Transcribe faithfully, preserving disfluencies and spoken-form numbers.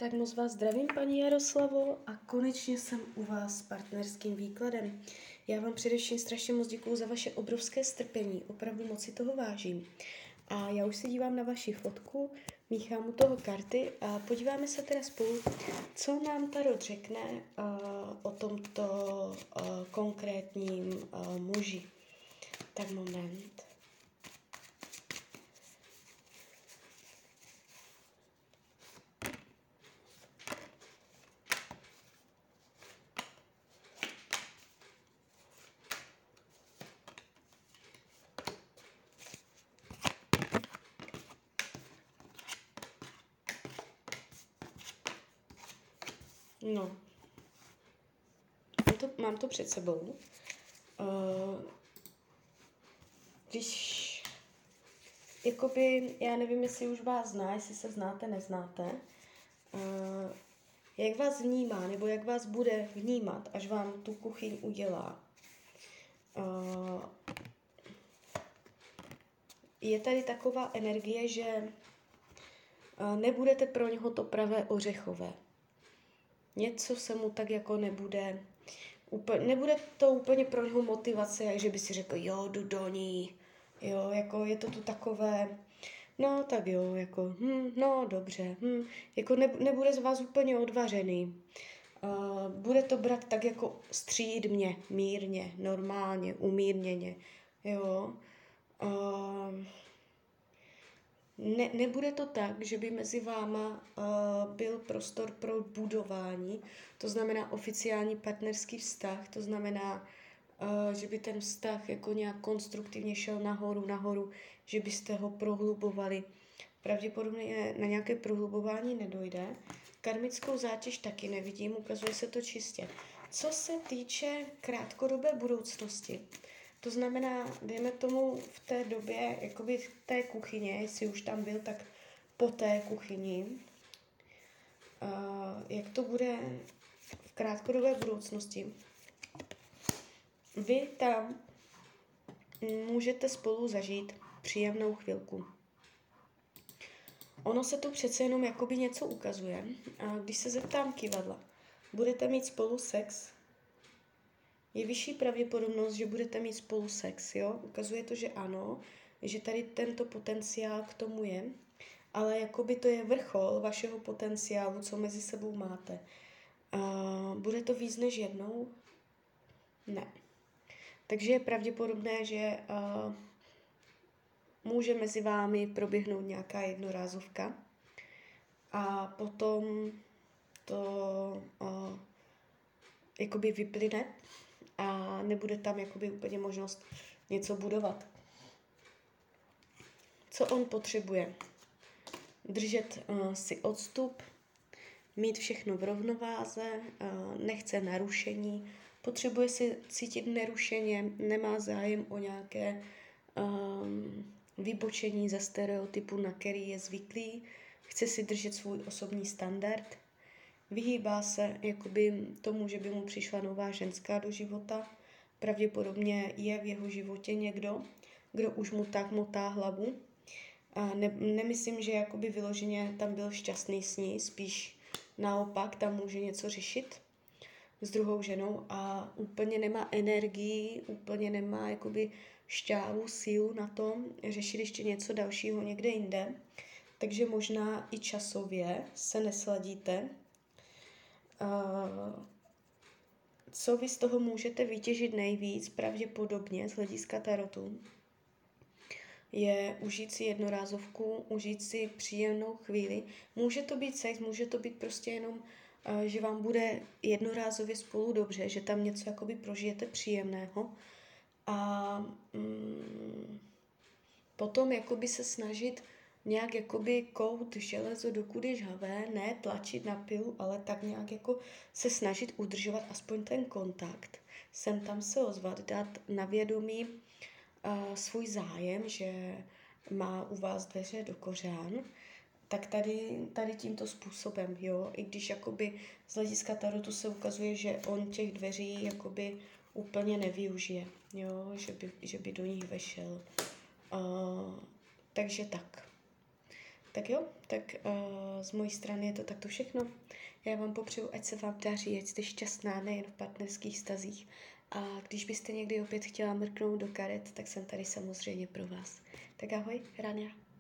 Tak moc vás zdravím, paní Jaroslavo, a konečně jsem u vás s partnerským výkladem. Já vám především strašně moc děkuju za vaše obrovské strpení, opravdu moc si toho vážím. A já už se dívám na vaši fotku, míchám u toho karty a podíváme se teda spolu, co nám tarot řekne uh, o tomto uh, konkrétním uh, muži. Tak moment. No, mám to, mám to před sebou. Uh, když, jakoby, já nevím, jestli už vás zná, jestli se znáte, neznáte, uh, jak vás vnímá, nebo jak vás bude vnímat, až vám tu kuchyň udělá. Uh, je tady taková energie, že uh, nebudete pro něho to pravé ořechové. Něco se mu tak jako nebude, úplně, nebude to úplně pro něho motivace, jak že by si řekl, jo, jdu do ní, jo, jako je to tu takové, no tak jo, jako, hm, no dobře, hm, jako ne, nebude z vás úplně odvařený. Uh, bude to brát tak jako střídmě, mírně, normálně, umírněně, jo. Uh, Ne, nebude to tak, že by mezi váma uh, byl prostor pro budování, to znamená oficiální partnerský vztah, to znamená, uh, že by ten vztah jako nějak konstruktivně šel nahoru, nahoru, že byste ho prohlubovali. Pravděpodobně na nějaké prohlubování nedojde. Karmickou zátěž taky nevidím, ukazuje se to čistě. Co se týče krátkodobé budoucnosti, to znamená, dejme tomu v té době, jakoby v té kuchyně, jestli už tam byl, tak po té kuchyni, uh, jak to bude v krátkodobé budoucnosti. Vy tam můžete spolu zažít příjemnou chvilku. Ono se tu přece jenom jakoby něco ukazuje. A když se zeptám kivadla, budete mít spolu sex? Je vyšší pravděpodobnost, že budete mít spolu sex, jo? Ukazuje to, že ano, že tady tento potenciál k tomu je, ale jakoby to je vrchol vašeho potenciálu, co mezi sebou máte. Uh, bude to víc než jednou? Ne. Takže je pravděpodobné, že uh, může mezi vámi proběhnout nějaká jednorázovka a potom to uh, jakoby vyplyne a nebude tam jakoby úplně možnost něco budovat. Co on potřebuje? Držet uh, si odstup, mít všechno v rovnováze, uh, nechce narušení, potřebuje si cítit nerušeně, nemá zájem o nějaké um, vybočení ze stereotypu, na který je zvyklý, chce si držet svůj osobní standard, vyhýbá se jakoby tomu, že by mu přišla nová ženská do života. Pravděpodobně je v jeho životě někdo, kdo už mu tak motá hlavu. A ne, nemyslím, že jakoby vyloženě tam byl šťastný s ní, spíš naopak tam může něco řešit s druhou ženou a úplně nemá energii, úplně nemá jakoby šťávu, sílu na tom řešit ještě něco dalšího někde jinde. Takže možná i časově se nesladíte. Uh, co vy z toho můžete vytěžit nejvíc, pravděpodobně z hlediska tarotu, je užít si jednorázovku, užít si příjemnou chvíli. Může to být sex, může to být prostě jenom, uh, že vám bude jednorázově spolu dobře, že tam něco jakoby prožijete příjemného a mm, potom jakoby se snažit nějak jakoby kout železo, dokud je žhavé, ne tlačit na pilu, ale tak nějak jako se snažit udržovat aspoň ten kontakt. Sem tam se ozvat, dát na vědomí uh, svůj zájem, že má u vás dveře do kořán, tak tady, tady tímto způsobem, jo, i když jakoby z hlediska tarotu se ukazuje, že on těch dveří jakoby úplně nevyužije, jo, že by, že by do nich vešel. Uh, takže tak. Tak jo, tak uh, z mojí strany je to takto všechno. Já vám popřeju, ať se vám daří, ať jste šťastná nejen v partnerských stazích. A když byste někdy opět chtěla mrknout do karet, tak jsem tady samozřejmě pro vás. Tak ahoj, Rania.